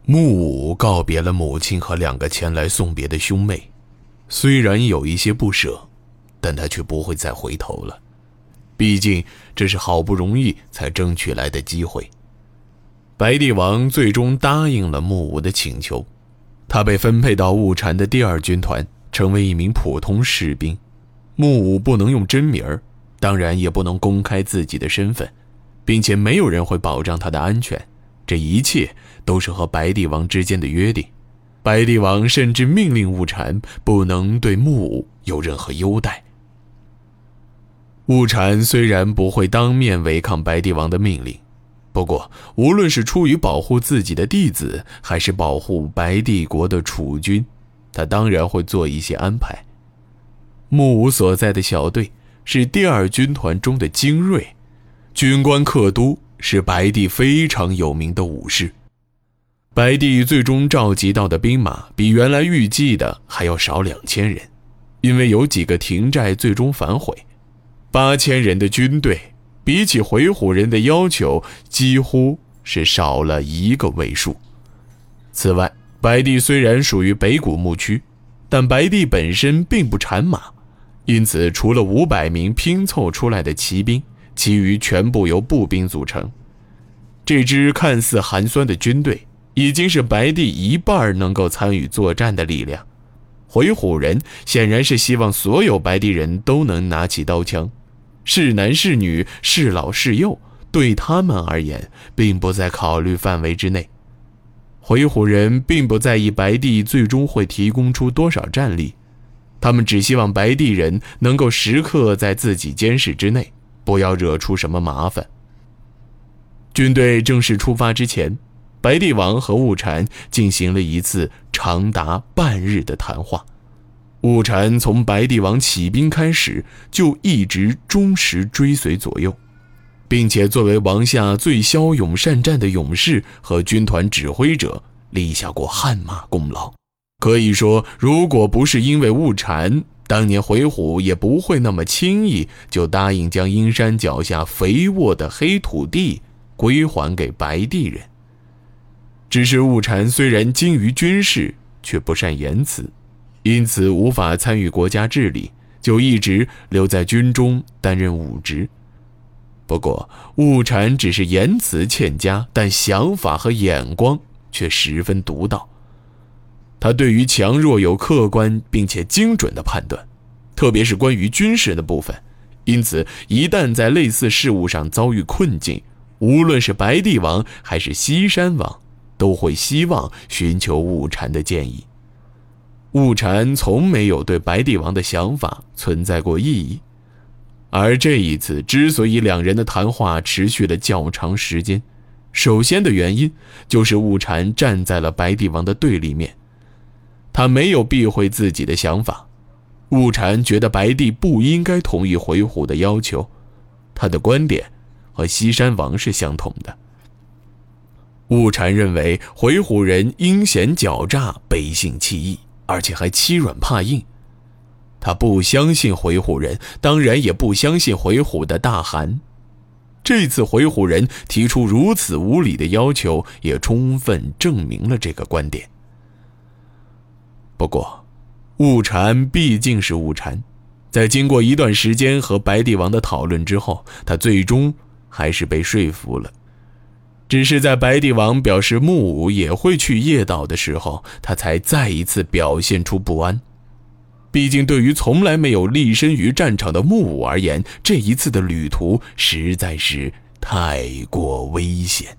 木武告别了母亲和2个前来送别的兄妹，虽然有一些不舍，但他却不会再回头了。毕竟这是好不容易才争取来的机会。白帝王最终答应了木武的请求，他被分配到兀禅的第2军团，成为一名普通士兵。木武不能用真名，当然也不能公开自己的身份，并且没有人会保障他的安全，这一切都是和白帝王之间的约定。白帝王甚至命令兀禅不能对木武有任何优待。兀禅虽然不会当面违抗白帝王的命令，不过无论是出于保护自己的弟子，还是保护白帝国的储军，他当然会做一些安排。木武所在的小队是第2军团中的精锐，军官克都是白帝非常有名的武士。白帝最终召集到的兵马比原来预计的还要少2000人，因为有几个停寨最终反悔。8000人的军队比起回鹘人的要求几乎是少了1个位数。此外，白帝虽然属于北谷牧区，但白帝本身并不产马，因此除了500名拼凑出来的骑兵，其余全部由步兵组成。这支看似寒酸的军队已经是白帝1半能够参与作战的力量。回鹘人显然是希望所有白帝人都能拿起刀枪，是男是女，是老是幼，对他们而言并不在考虑范围之内。回鹘人并不在意白帝最终会提供出多少战力，他们只希望白帝人能够时刻在自己监视之内，不要惹出什么麻烦。军队正式出发之前，白帝王和兀禅进行了一次长达半日的谈话。兀禅从白帝王起兵开始就一直忠实追随左右，并且作为王下最骁勇善战的勇士和军团指挥者立下过汗马功劳。可以说，如果不是因为兀禅，当年回鹘也不会那么轻易就答应将阴山脚下肥沃的黑土地归还给白帝人。只是兀禅虽然精于军事，却不善言辞，因此无法参与国家治理，就一直留在军中担任武职。不过兀禅只是言辞欠佳，但想法和眼光却十分独到。他对于强弱有客观并且精准的判断，特别是关于军事的部分，因此一旦在类似事务上遭遇困境，无论是白帝王还是西山王，都会希望寻求兀禅的建议。兀禅从没有对白帝王的想法存在过异议，而这一次之所以2人的谈话持续了较长时间，首先的原因就是兀禅站在了白帝王的对立面，他没有避讳自己的想法。兀禅觉得白帝不应该同意回鹘的要求，他的观点和西山王是相同的。兀禅认为回鹘人阴险狡诈，背信弃义，而且还欺软怕硬。他不相信回鹘人，当然也不相信回鹘的大汗。这次回鹘人提出如此无理的要求，也充分证明了这个观点。不过兀禅毕竟是兀禅，在经过一段时间和白帝王的讨论之后，他最终还是被说服了。只是在白帝王表示木武也会去夜岛的时候，他才再一次表现出不安。毕竟对于从来没有立身于战场的木武而言，这一次的旅途实在是太过危险。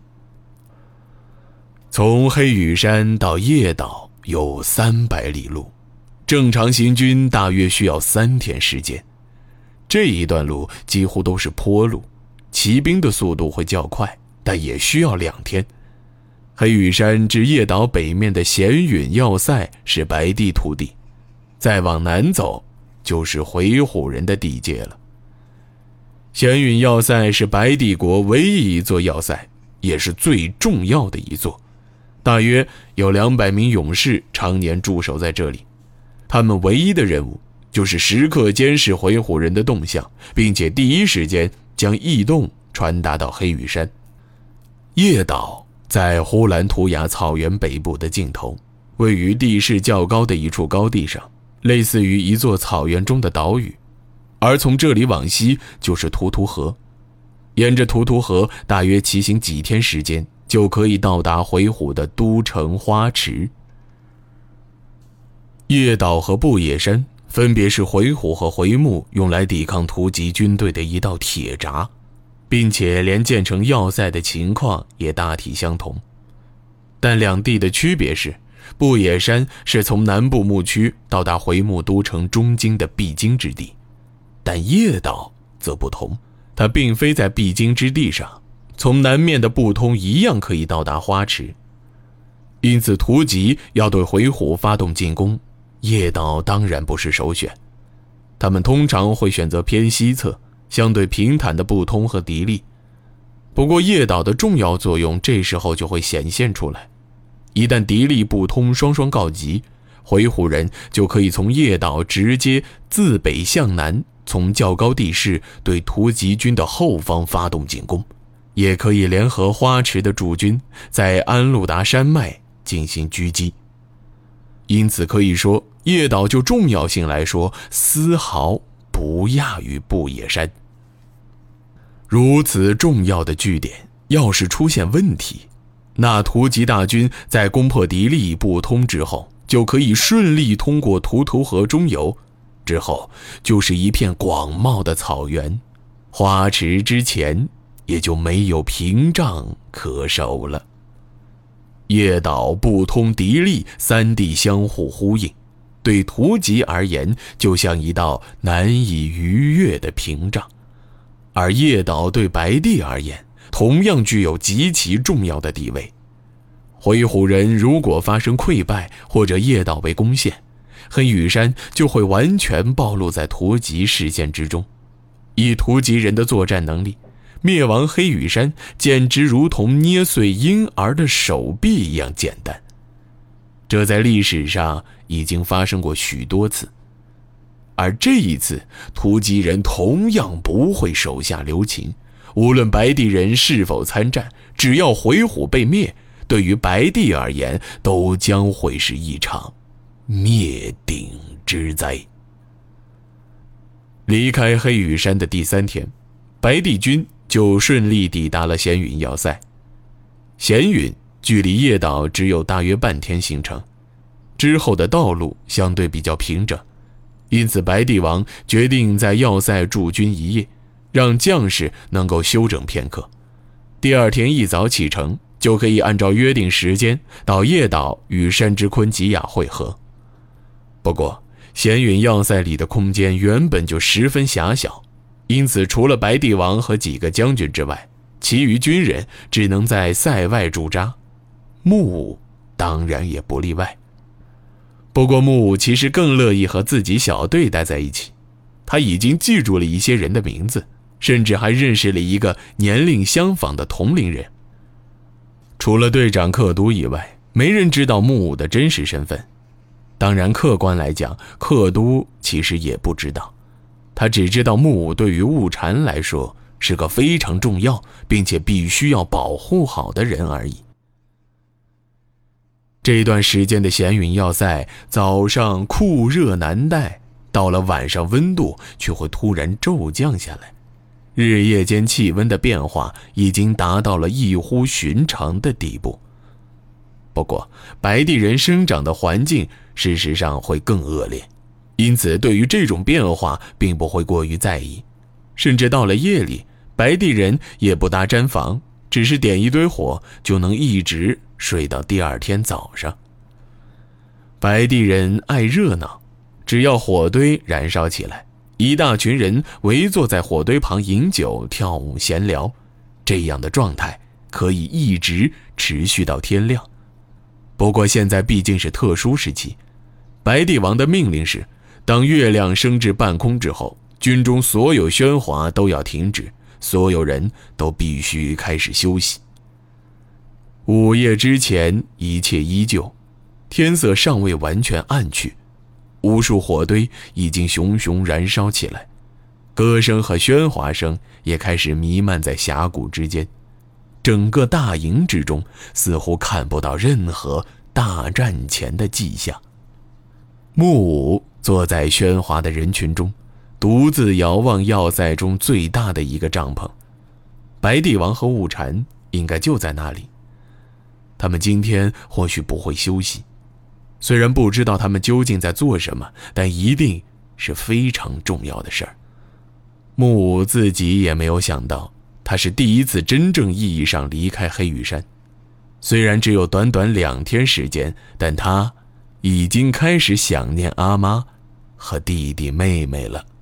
从黑羽山到夜岛有300里路，正常行军大约需要3天时间。这一段路几乎都是坡路，骑兵的速度会较快，但也需要2天。黑羽山至夜岛北面的咸允要塞是白帝土地，再往南走就是回鹘人的地界了。咸允要塞是白帝国唯一一座要塞，也是最重要的一座，大约有200名勇士常年驻守在这里。他们唯一的任务就是时刻监视回鹘人的动向，并且第一时间将异动传达到黑羽山。夜岛在呼兰图雅草原北部的尽头，位于地势较高的一处高地上，类似于一座草原中的岛屿，而从这里往西就是图图河。沿着图图河大约骑行几天时间，就可以到达回鹘的都城花池。叶岛和布野山分别是回鹘和回牧用来抵抗突厥军队的一道铁闸，并且连建成要塞的情况也大体相同。但两地的区别是，布野山是从南部牧区到达回牧都城中京的必经之地，但叶岛则不同，它并非在必经之地上，从南面的布通一样可以到达花池。因此突厥要对回鹘发动进攻，叶岛当然不是首选。他们通常会选择偏西侧相对平坦的布通和迪利。不过叶岛的重要作用这时候就会显现出来，一旦迪利布通双双告急，回鹘人就可以从叶岛直接自北向南，从较高地势对突厥军的后方发动进攻，也可以联合花池的驻军在安路达山脉进行狙击。因此可以说，叶岛就重要性来说，丝毫不亚于布野山。如此重要的据点，要是出现问题，那突厥大军在攻破迪利布通之后，就可以顺利通过图图河中游，之后就是一片广袤的草原，花池之前也就没有屏障可守了。叶岛、布通、迪利三地相互呼应，对突厥而言就像一道难以逾越的屏障，而叶岛对白帝而言同样具有极其重要的地位。回鹘人如果发生溃败或者叶岛被攻陷，黑羽山就会完全暴露在突厥视线之中。以突厥人的作战能力，灭亡黑羽山简直如同捏碎婴儿的手臂一样简单。这在历史上已经发生过许多次，而这一次突厥人同样不会手下留情，无论白帝人是否参战，只要回鹘被灭，对于白帝而言都将会是一场灭顶之灾。离开黑羽山的第3天，白帝军就顺利抵达了咸允要塞。咸允距离叶岛只有大约半天行程，之后的道路相对比较平整，因此白帝王决定在要塞驻军一夜，让将士能够休整片刻。第2天一早启程，就可以按照约定时间到叶岛与山之昆吉亚会合。不过咸允要塞里的空间原本就十分狭小，因此除了白帝王和几个将军之外，其余军人只能在塞外驻扎，木武当然也不例外。不过木武其实更乐意和自己小队待在一起，他已经记住了一些人的名字，甚至还认识了一个年龄相仿的同龄人。除了队长克都以外，没人知道木武的真实身份。当然客观来讲，克都其实也不知道，他只知道木武对于雾禅来说是个非常重要并且必须要保护好的人而已。这段时间的咸允要塞早上酷热难耐，到了晚上温度却会突然骤降下来，日夜间气温的变化已经达到了异乎寻常的地步。不过白帝人生长的环境事实上会更恶劣，因此对于这种变化并不会过于在意，甚至到了夜里，白帝人也不搭毡房，只是点一堆火就能一直睡到第2天早上。白帝人爱热闹，只要火堆燃烧起来，一大群人围坐在火堆旁饮酒跳舞闲聊，这样的状态可以一直持续到天亮。不过现在毕竟是特殊时期，白帝王的命令是，当月亮升至半空之后，军中所有喧哗都要停止，所有人都必须开始休息。午夜之前一切依旧，天色尚未完全暗去，无数火堆已经熊熊燃烧起来，歌声和喧哗声也开始弥漫在峡谷之间。 整个大营之中似乎看不到任何大战前的迹象。木武坐在喧哗的人群中，独自遥望要塞中最大的一个帐篷。白帝王和雾禅应该就在那里。他们今天或许不会休息，虽然不知道他们究竟在做什么，但一定是非常重要的事儿。木武自己也没有想到，他是第一次真正意义上离开黑羽山。虽然只有短短2天时间，但他已经开始想念阿妈和弟弟妹妹了。